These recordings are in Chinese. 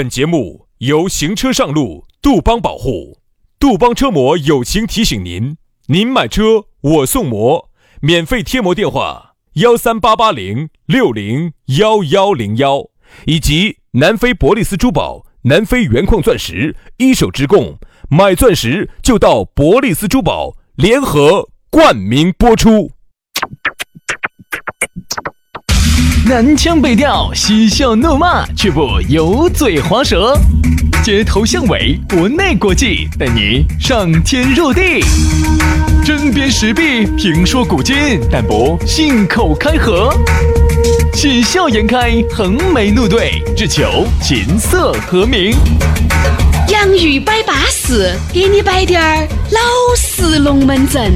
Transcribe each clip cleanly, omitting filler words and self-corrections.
本节目由行车上路杜邦保护，杜邦车模友情提醒您：您买车我送模，免费贴膜电话138806011101，以及南非伯利斯珠宝、南非原矿钻石一手直供，买钻石就到伯利斯珠宝，联合冠名播出。 南腔北调，嬉笑怒骂，却不油嘴滑舌，街头巷尾，国内国际，带你上天入地，针砭时弊，评说古今，但不信口开河，喜笑颜开，横眉怒对，只求琴瑟和鸣。 洋芋摆巴士，给你摆点儿老式龙门阵。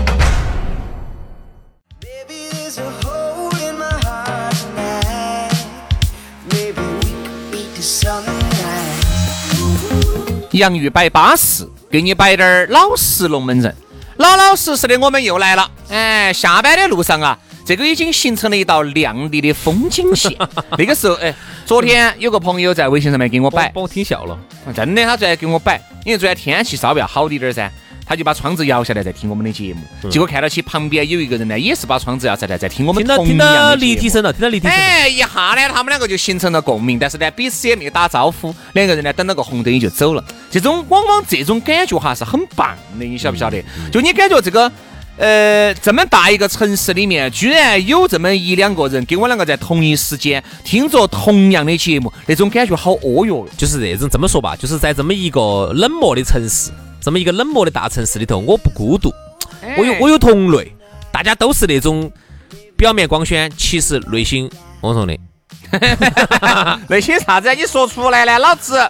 洋芋摆巴士，给你摆点儿老实龙门阵。老实实的，我们又来了。下班的路上啊，这个已经形成了一道亮丽的风景线。那个时候，昨天有个朋友在微信上面给我摆， 把我听笑了。 真的，他昨天给我摆，因为昨天天气稍微要好一点噻。他就把窗子摇下来在听我们的节目，结果看到起旁边有一个人呢，也是把窗子摇下来在听我们同样的节目。听到离题声了，听到离题声。 一下呢，他们两个就形成了共鸣，但是呢，彼此也没打招呼，两个人呢等了个红灯就走了。往往这种感觉哈是很棒的，你晓不晓得？就你感觉这个这么大一个城市里面，居然有这么一两个人跟我两个在同一时间听着同样的节目，那种感觉好哦哟。 就是这么说吧，就是在这么一个冷漠的城市。这么一个冷漠的大城市里头，我不孤独，我有同类，大家都是那种表面光鲜，其实内心龌龊的。 内心啥子？你说出来了，老子。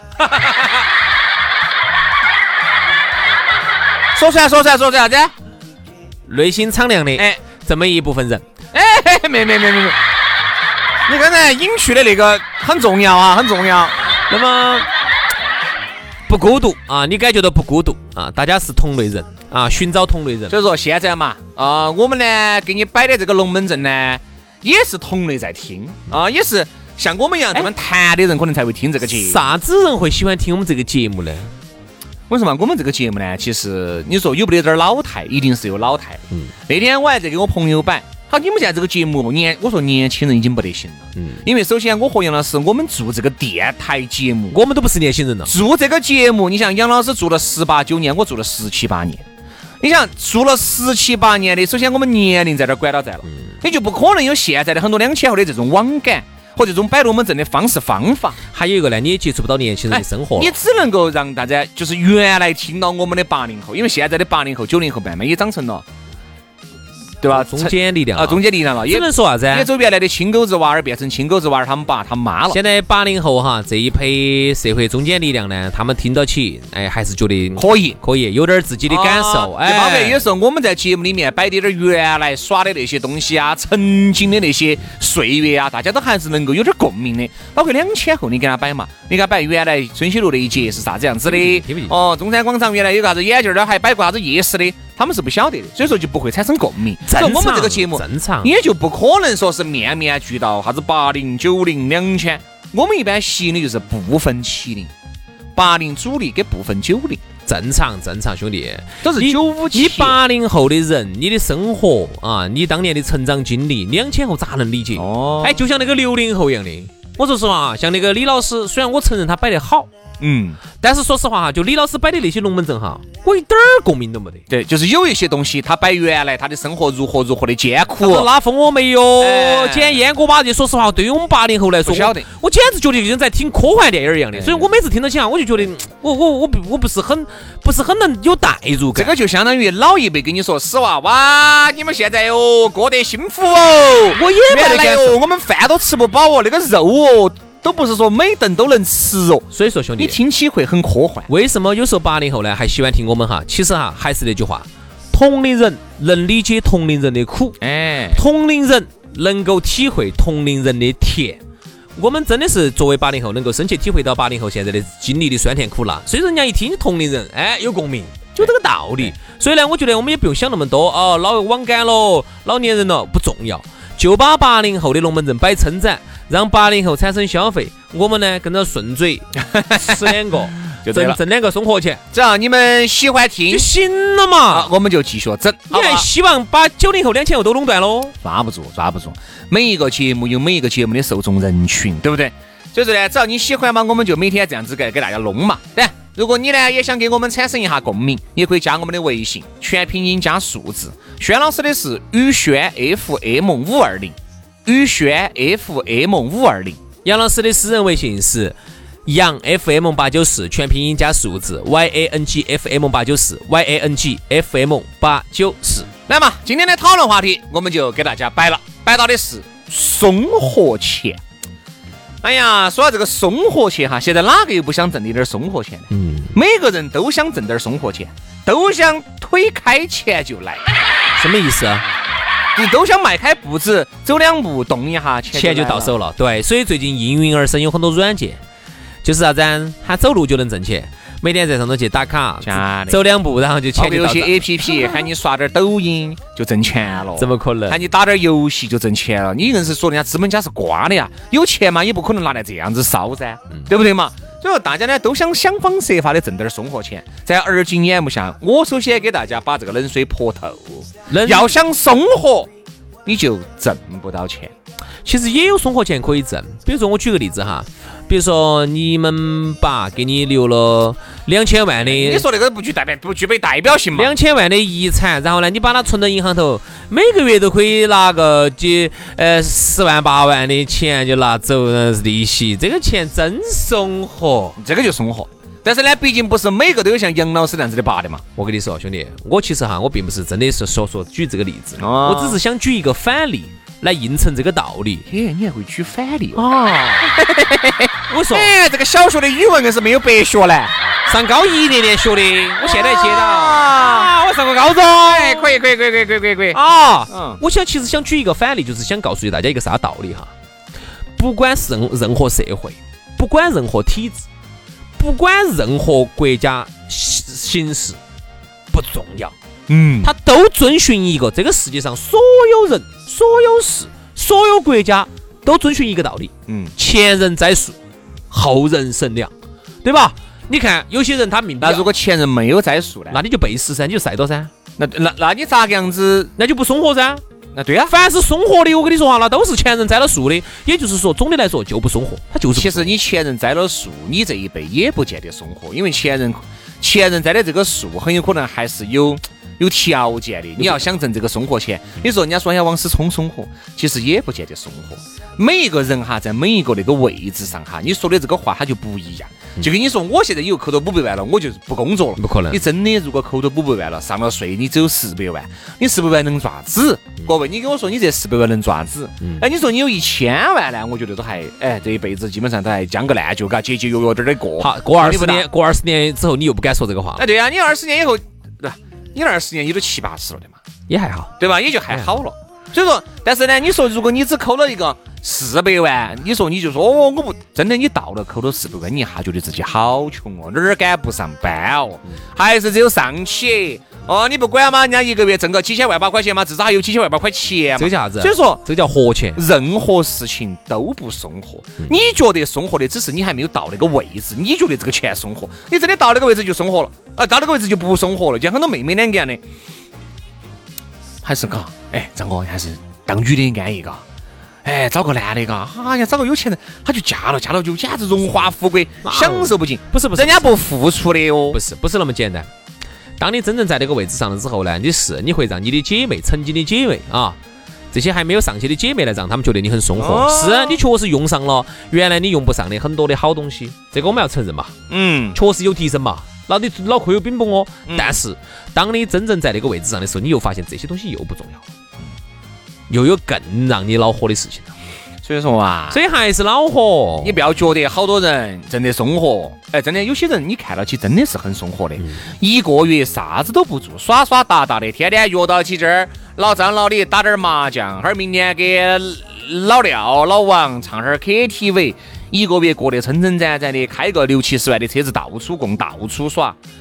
说出来啥子？ 内心敞亮的，这么一部分人。 没，你刚才隐去的那个很重要啊，很重要。 那么。不孤独啊，你感觉到不孤独啊？大家是同类人啊，寻找同类人。 所以说现在嘛，我们呢给你摆的这个龙门阵呢，也是同类在听啊，也是像我们一样这么谈的人可能才会听这个节目。 啥子人会喜欢听我们这个节目呢？ 为什么我们这个节目呢？其实你说有没得点老态，一定是有老态。那天我还在给我朋友摆。好，你们现在这个节目我说年轻人已经不得行了。因为首先我和杨老师，我们做这个电台节目， 我们都不是年轻人了。 做这个节目，你像杨老师做了18、19年，我做了17、8年。你想做了17、8年的，首先我们年龄在这儿管到在了，你就不可能有现在的很多2000后的这种网感和这种摆龙门阵的方式方法。 还有一个呢，你也接触不到年轻人的生活， 你只能够让大家就是原来听到我们的80后，因为现在的80后、90后慢慢也长成了。对吧？ 中坚力量啊，中坚力量了， 只能说啥子？ 也走原来的亲狗子娃儿变成亲狗子娃儿他们爸他们妈了。 现在80后哈这一批社会中坚力量呢，他们听到起，还是觉得可以，有点自己的感受。 包括有时候我们在节目里面摆点原来耍的那些东西啊，曾经的那些岁月啊，大家都还是能够有点共鸣的。包括2000后你给他摆嘛，你给他摆原来春熙路那一节是啥子样子的？中山广场原来有个啥子眼镜儿，还摆过啥子夜市的？他们是不晓得的，所以说就不会产生共鸣。我们这个节目正常， 也就不可能说是面面俱到，啥子80、90、2000。我们一般吸引的就是部分70、80主力跟部分90， 正常兄弟， 都是95、 你80后的人，你的生活啊，你当年的成长经历，2000后咋能理解？就像那个60后一样的。我说实话，像那个李老师，虽然我承认他摆得好。但是说实话哈，就李老师摆的那些龙门阵哈，我一点儿共鸣都没得。 对，就是有一些东西，他摆原来他的生活如何的艰苦， 拉蜂窝没有，捡烟锅巴这，说实话，对于我们80后来说，我简直觉得就像在听科幻电影一样的。所以我每次听到起啊，我就觉得我不是很能有代入感。 这个就相当于老一辈跟你说，死娃娃，你们现在过得幸福哦， 我也没得感受， 我们饭都吃不饱哦，那个肉哦。都不是说每顿都能吃哦， 所以说兄弟， 你听起会很科幻。 为什么有时候80后呢还喜欢听我们哈？其实哈还是那句话，同龄人能理解同龄人的苦，同龄人能够体会同龄人的甜。我们真的是作为80后能够深切体会到80后现在的经历的酸甜苦辣，所以人家一听同龄人，有共鸣，就这个道理。所以呢，我觉得我们也不用想那么多哦，老网感了，老年人了不重要。 就把80后的龙门阵摆撑展，让80后产生消费，我们呢跟着顺嘴吃2个，挣2个生活钱， 只要你们喜欢听就行了嘛。 我们就继续整。 你还希望把90后、2000后都垄断喽？ 抓不住。每一个节目有每一个节目的受众人群，对不对？所以说呢，只要你喜欢嘛，我们就每天这样子给大家弄嘛。对，如果你呢也想给我们产生一下共鸣，也可以加我们的微信，全拼音加数字。轩老师的是宇轩 FM520，宇轩 FM520。 杨老师的私人微信是杨 FM894，全拼音加数字 YANG FM894，YANG FM894。 来嘛，今天的讨论话题我们就给大家摆到的是生活钱。哎呀，说到这个生活钱哈，现在哪个又不想挣一点生活钱呢？每个人都想挣点生活钱，都想腿开钱就来。 什么意思啊？ 你都想迈开步子走2步动一下， 钱就到手了。对，所以最近应运而生有很多软件，就是啥子，他走路就能挣钱。每天在上头去打卡，走2步，然后就钱就到手。 有些 APP 喊你刷点抖音就挣钱了， 怎么可能？ 喊你打点游戏就挣钱了？你硬是说人家资本家是瓜的呀，有钱嘛也不可能拿来这样子烧噻，对不对嘛？所以说大家呢都想方设法的挣点生活钱。在而今眼目下，我首先给大家把这个冷水泼透，要想生活，你就挣不到钱。 其实也有生活钱可以挣，比如说我举个例子哈，比如说你们爸给你留了2000万的， 你说那个不具备代表性嘛 ？2000万的遗产，然后呢，你把它存到银行头，每个月都可以拿个10万8万的钱就拿走利息，这个钱真生活， 这个就生活。但是呢，毕竟不是每个都有像杨老师这样子的爸的嘛。 我跟你说，兄弟，我其实哈，我并不是真的是说举这个例子，我只是想举一个反例。来印证这个道理。 你还会举反例啊？我说， 这个小学的语文硬是没有白学嘞， 上高一年学的，我现在接到。 我上过高中，可以啊。我其实想举一个反例，就是想告诉大家一个啥道理哈？不管是任何社会，不管任何体制，不管任何国家形势，不重要。他都遵循一个这个世界上所有人、所有事、所有国家都遵循一个道理。前人栽树，后人乘凉，对吧？你看有些人他命， 那如果前人没有栽树呢？ 那你就背时噻，你就晒到噻。 那你咋个样子？ 那就不生活噻。 那对啊， 凡是生活的，我跟你说哈，那都是前人栽了树的。也就是说，总的来说就不生活，他就是。 其实你前人栽了树，你这一辈也不见得生活，因为前人栽的这个树很有可能还是有条件的。你要想挣这个生活钱，你说人家说要王思聪生活，其实也不见得生活。每一个人哈，在每一个那个位置上哈，你说的这个话它就不一样。就跟你说，我现在有扣到500万了，我就不工作了， 不可能。 你真的如果扣到500万了，上了税，你只有400万，你400万能抓子？各位，你跟我说，你这400万能抓子？你说你有1000万呢？我觉得都还这一辈子基本上都还将个烂就节节约约点的过。 好，过20年之后，你又不敢说这个话了。 对啊，你20年以后，你20年也都70-80了的嘛， 也还好， 对吧？也就还好了。所以说，但是呢，你说如果你只扣了一个400万，你说你就说我不真的，你到了扣了400万，你一下觉得自己好穷哦，哪儿赶不上班哦，还是只有上起哦，你不管嘛，人家一个月挣个几千万8块钱嘛，至少还有几千万8块钱嘛， 这叫啥子？ 所以说这叫活钱。 任何事情都不生活，你觉得生活的只是你还没有到那个位置，你觉得这个钱生活，你真的到那个位置就生活了，到那个位置就不生活了。就像很多妹妹两个样的，还是嘎，张哥还是当女的安逸嘎，找个男的嘎，哎呀，找个有钱人，他就嫁了就简直荣华富贵，享受不尽。 不是， 人家不付出的哟， 不是那么简单。当你真正在那个位置上了之后呢，你会让你的姐妹，曾经的姐妹啊，这些还没有上去的姐妹来让他们觉得你很生活。是你确实用上了原来你用不上的很多的好东西，这个我们要承认嘛。确实有提升嘛。那你脑壳有冰崩哦。但是当你真正在那个位置上的时候，你又发现这些东西又不重要，又有更让你恼火的事情了。 所以说啊， 所以还是恼火。 你不要觉得好多人真的生活，真的有些人你看到起真的是很生活的，一个月啥子都不做，耍耍打打的，天天约到起这儿，老张老李打点麻将，哈儿明年给老廖老王唱哈儿 KTV，一个月过得撑撑展展的，开个60-70万的车子到处逛到处耍。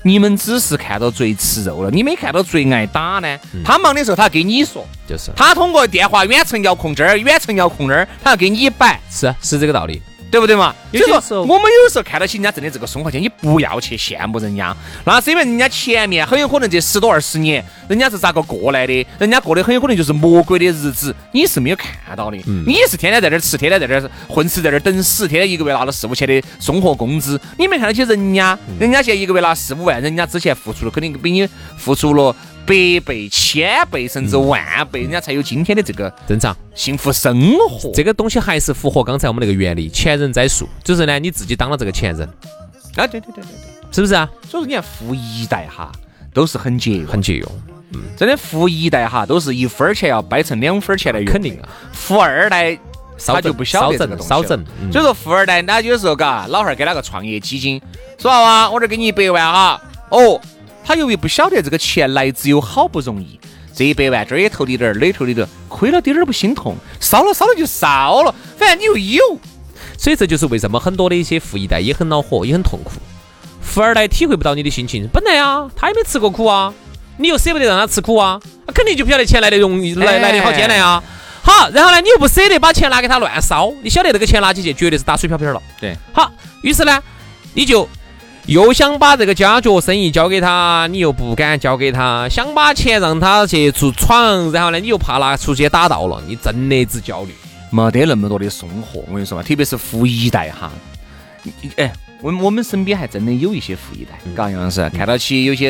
你们只是看到最吃肉了，你没看到最挨打呢。他忙的时候，他给你说， 就是他通过电话远程遥控这儿，远程遥控那儿，他要给你摆， 是这个道理。 对不对嘛？所以说， 有些时候我们有时候看到起人家挣的这个生活钱，你不要去羡慕人家，那是因为人家前面很有可能这10多20年，人家是咋个过来的？人家过得很有可能就是魔鬼的日子，你是没有看到的。你是天天在这儿吃，天天在这儿混吃，在这儿等死，天天一个月拿了4、5千的生活工资，你没看到起人家现在一个月拿4、5万，人家之前付出了肯定比你付出了100倍、1000倍甚至万倍，人家才有今天的这个正常幸福生活。 这个东西还是符合刚才我们那个原理，前人栽树，就是呢你自己当了这个前人啊，对， 是不是啊？ 所以说你看富一代哈都是很节约， 很节约。 真的富一代哈都是1分钱要掰成2分钱的用， 肯定啊。 富二代他就不晓得这个东西少整。 所以说富二代他有时候嘎，老汉儿给那个创业基金，说娃娃我这给你100万哈，哦。他由于不晓得这个钱来自有好不容易，这100万这儿也投你点儿，那投你点儿，亏了点儿不心痛，烧了就烧了，反正你又有。 所以这就是为什么很多的一些富一代也很恼火，也很痛苦。富二代体会不到你的心情，本来啊他也没吃过苦啊，你又舍不得让他吃苦啊，肯定就不晓得钱来的容易，来的好艰难啊。好，然后呢你又不舍得把钱拿给他乱烧，你晓得这个钱拿起去绝对是打水漂漂了。 对， 好，于是呢你就又想把这个家脚生意交给他，你又不敢交给他，想把钱让他去出闯，然后呢你又怕拿出去打到了，你真的只焦虑， 没得那么多的生活。我跟你说嘛，特别是富一代哈，我们身边还真的有一些富一代，嘎杨老师看到起有些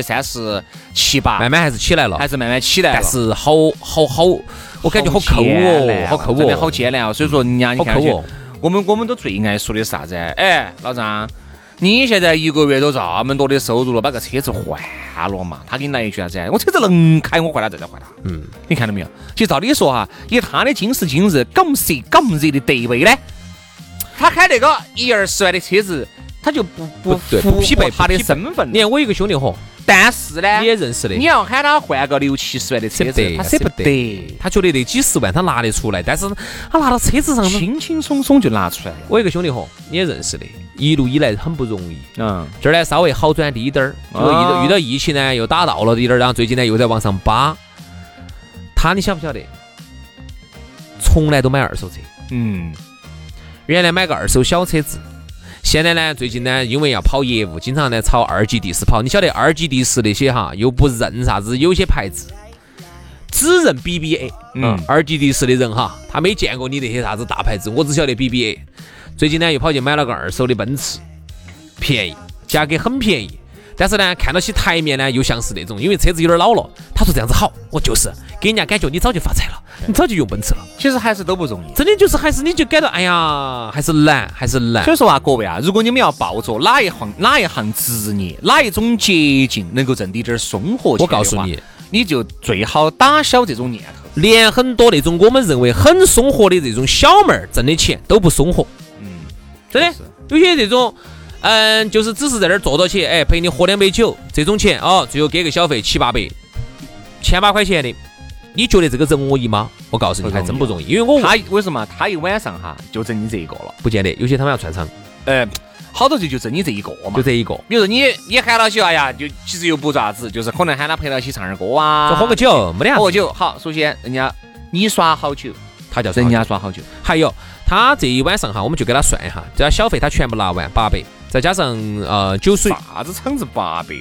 37、8， 慢慢还是起来了， 还是慢慢起来了， 但是好，我感觉好抠哦，好抠哦， 真的好艰难哦。所以说人家你看，我们都最爱说的啥子？哎，老张。你现在一个月都这么多的收入了，把个车子换了嘛？他给你来一句啥子？我车子能开，我换它再换它。你看到没有？其实照理说哈，以他的今时今日港色港热的地位呢，他开那个1-20万的车子，他就不匹配他的身份。 你看我有个兄弟伙， 但是呢， 你也认识的， 你要喊他换个6-70万的车子，他舍不得。 他觉得那几10万他拿得出来，但是他拿到车子上轻轻松松就拿出来了。 我有个兄弟伙，你也认识的，一路以来很不容易。这儿呢稍微好转低点儿，遇到疫情呢又打到了低点儿，然后最近呢又在往上扒。他你晓不晓得？从来都买二手车。原来买个二手小车子。现在呢，最近呢，因为要跑业务，经常呢朝2级地市跑。你晓得2级地市那些哈，又不认啥子，有些牌子只认 BBA。2级地市的人哈，他没见过你那些啥子大牌子，我只晓得 BBA。最近呢，又跑去买了个二手的奔驰，便宜，价格很便宜。但是呢，看到起台面呢，又像是那种，因为车子有点老了。他说这样子好，我就是给人家感觉你早就发财了，你早就用奔驰了。 其实还是都不容易， 真的就是还是你就感到哎呀，还是难。 所以说啊，各位啊，如果你们要抱着哪一行职业，哪一种捷径能够挣滴点生活钱， 我告诉你， 你就最好打消这种念头。 连很多那种我们认为很松活的这种小妹儿挣的钱都不松活。真的，有些这种。就是只是在那儿坐到起，陪你喝2杯酒，这种钱最后给个小费700-800、1800块钱的，你觉得这个容易吗？我告诉你，还真不容易，因为他为什么他一晚上哈就挣你这一个了？ 不见得，有些他们要串场， 好多就挣你这一个嘛， 就这一个。 比如说你喊到起，哎呀，就其实又不咋子，就是可能喊他陪到起唱点歌啊， 就喝个酒，没得啥。 喝个酒，好，首先人家你耍好久， 他叫人家耍好久， 还有他这一晚上哈，我们就给他算一下，这小费他全部拿完800。再加上酒水， 啥子场子800？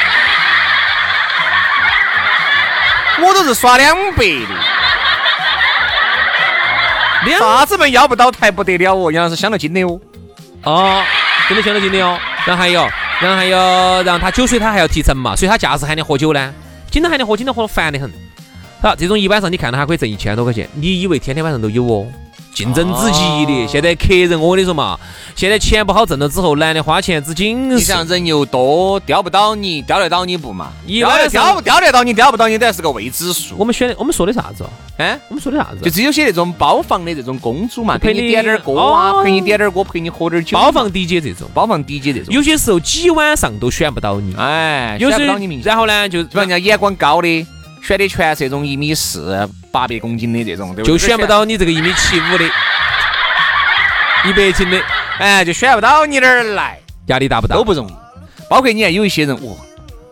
我都是耍200的，啥子们要不到台不得了哦，杨老师镶了金的哦。 真的镶了金的哦。然后还有，然后他酒水他还要提成嘛，所以他假是喊你喝酒呢，经常喊你喝，经常喝烦得很。好，这种一晚上你看到他可以挣1000多块钱，你以为天天晚上都有哦？竞争之激烈，现在客人我跟你说嘛，现在钱不好挣了之后，男的花钱之紧实。 你想人又多，叼不到你，叼得到你不嘛？ 一晚上叼得到你，叼不到你，这是个未知数。 我们说的啥子？我们说的啥子？ 就只有些那种包房的这种公主嘛，陪你点点歌啊，陪你点点歌，陪你喝点酒。 包房 DJ 这种，有些时候几晚上都选不到你， 有时候然后呢，就人家眼光高的。选的全是这种1.4米800公斤的这种，对不对？ 就选不到你这个1.75米的100斤的， 就选不到你那儿来， 压力大不大？ 都不容易。包括你看有一些人，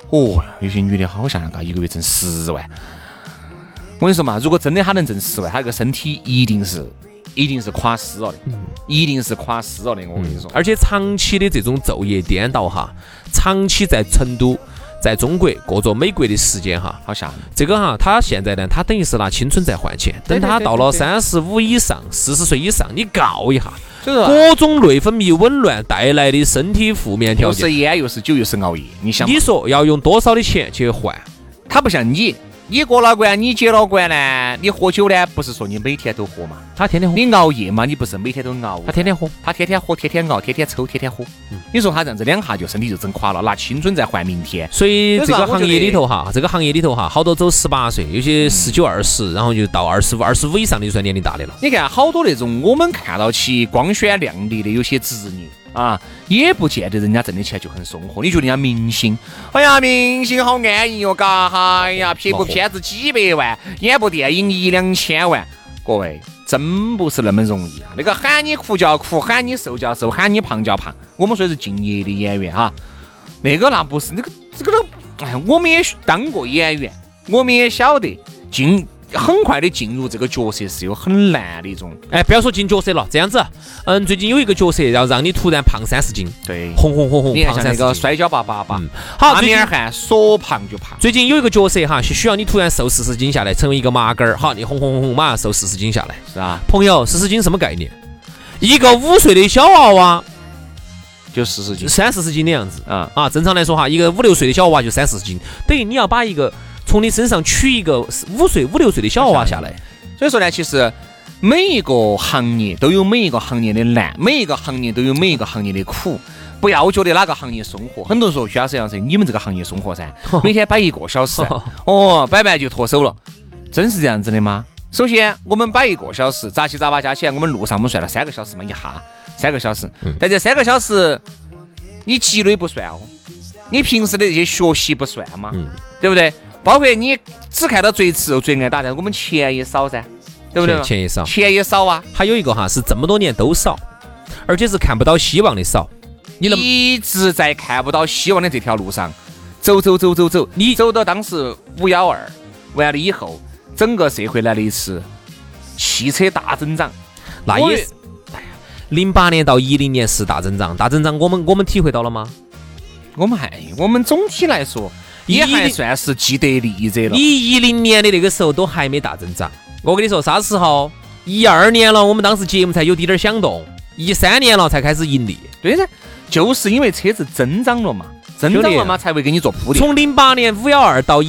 哦，有些女的好吓人，一个月挣10万。我跟你说嘛，如果真的她能挣10万，她这个身体一定是垮死了的，一定是垮死了的。我跟你说， 而且长期的这种昼夜颠倒哈，长期在成都。在中国过着美国的时间哈， 好吓人。 这个哈，他现在呢，他等于是拿青春在换钱。等他到了35以上、40岁以上，你告一下，各种内分泌紊乱带来的身体负面条件， 又是烟，又是酒，又是熬夜。你想， 你说要用多少的钱去换？ 他不像你过了关，你结了关呢，你喝酒呢，不是说你每天都喝嘛？ 他天天喝。 你熬夜嘛，你不是每天都熬？ 他天天喝， 他天天喝，天天熬，天天抽，天天喝。你说他这样子2下就身体就整垮了，拿青春在换明天。 所以这个行业里头哈，好多走18岁，有些19、20，然后就到25、25以上的就算年龄大的了。 你看好多那种我们看到起光鲜亮丽的有些子女啊，也不见得人家挣的钱就很松活。你觉得人家明星，哎呀，明星好安逸哟，嘎哈，哎呀，拍部片子几百万，演部电影1、2千万，各位真不是那么容易啊！那个喊你哭叫哭，喊你瘦叫瘦，喊你胖叫胖。我们说的是敬业的演员哈，那不是这个，哎，我们也当过演员，我们也晓得很快的进入这个角色是有很难的一种。 哎，不要说进角色了，这样子，最近有一个角色要让你突然胖30斤， 对， 红， 你看像那个摔跤吧爸爸， 好， 阿米尔汗说胖就胖。 最近有一个角色哈，是需要你突然瘦40斤下来，成为一个麻杆儿，好，你红，马上瘦40斤下来， 是啊， 朋友，40斤什么概念？一个5岁的小娃娃就40斤 ，30-40斤的样子啊， 正常来说哈，一个5、6岁的小娃娃就30斤，等于你要把一个从你身上取一个5岁、5、6岁的小娃娃下来。 所以说呢，其实每一个行业都有每一个行业的难，每一个行业都有每一个行业的苦。不要觉得哪个行业松活，很多人说徐老师杨生，你们这个行业松活噻，每天摆1个小时，摆完就脱手了，真是这样子的吗？首先，我们摆1个小时，杂七杂八加起来，我们路上我们算了3个小时嘛，一下3个小时，但这3个小时你积累不算哦，你平时的这些学习不算嘛，对不对？包括你只看到最吃最爱打的，我们钱也少噻，对不对？钱也少啊。 还有一个哈是这么多年都少，而且是看不到希望的少。你一直在看不到希望的这条路上走，你走到当时512完了以后，整个社会来了一次汽车大增长， 那也是。08年到10年是大增长，我们体会到了吗？ 我们总体来说也还算是既得利益者了。 你10年的那个时候都还没大增长，我跟你说啥时候？12年了，我们当时节目才有点响动，13年了才开始盈利。 对噻，就是因为车子增长了嘛，才会给你做铺垫。 从08年512到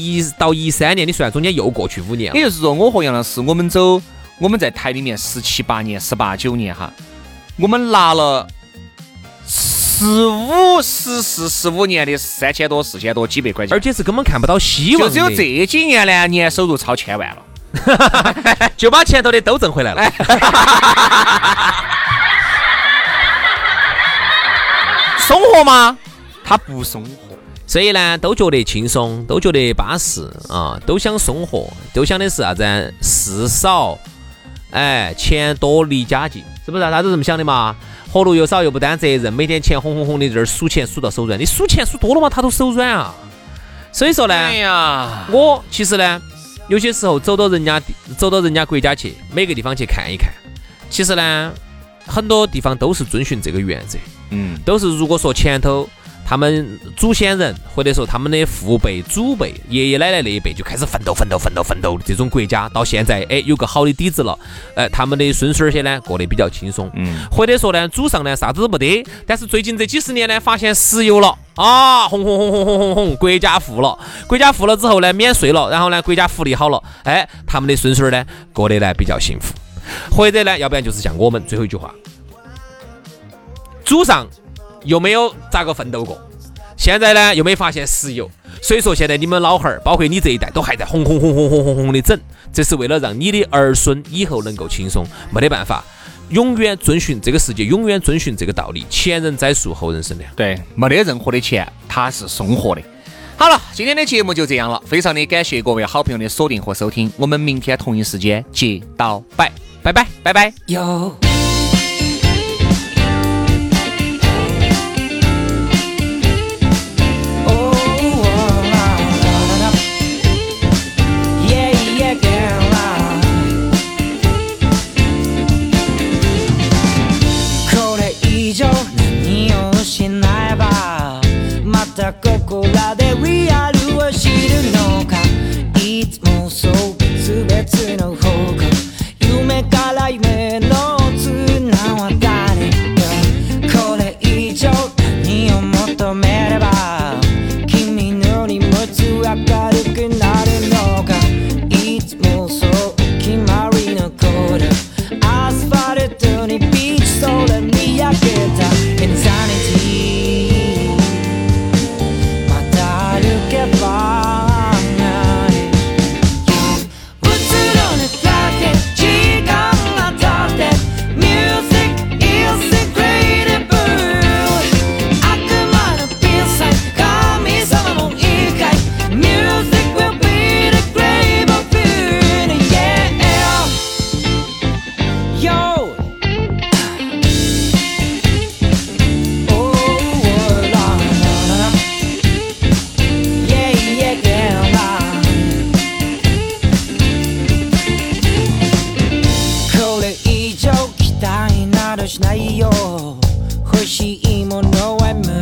13年，你算中间又过去5年了。 也就是说，我和杨老师，我们在台里面17、18年、18、19年哈，我们拿了14、15年的3000多、4000多几百块钱， 而且是根本看不到希望的。 就只有这几年呢，年收入超1000万了， 就把前头的都挣回来了。 松活吗？他不松活， 所以呢，都觉得轻松，都觉得巴适啊，都想松活，都想的是啥子？事少，钱多离家近，是不是？大家都这么想的嘛？活路又少又不担责任，每天钱红的这儿数钱数到手软，你数钱数多了嘛，他都手软啊。所以说呢，我其实呢，有些时候走到人家国家去，每个地方去看一看，其实呢，很多地方都是遵循这个原则，都是如果说前头他们祖先人或者说他们的父辈、祖辈、爷爷奶奶那一辈就开始奋斗这种国家，到现在有个好的底子了，他们的孙孙儿些呢过得比较轻松，或者说呢祖上呢啥子都不得，但是最近这几十年呢发现石油了啊，红，国家富了之后呢免税了，然后呢国家福利好了，他们的孙孙儿呢过得呢比较幸福，或者呢要不然就是像我们最后一句话，祖上又没有咋个奋斗过，现在呢又没发现石油，所以说现在你们老汉儿，包括你这一代都还在红的整，这是为了让你的儿孙以后能够轻松，没得办法，永远遵循这个世界，永远遵循这个道理，前人栽树，后人乘凉。 对，没得任何的钱，它是松活的。好了，今天的节目就这样了，非常的感谢各位好朋友的锁定和收听，我们明天同一时间接到拜拜。有。 たここらでリアルを知るのかいつもそう別々の方向夢から夢の綱は誰よこれ以上何を求めれば君の荷物明るくなるのかいつもそう決まりのコードアスファルトにビーチ空に焼けた Insanity また歩けばしないよ欲しいものは無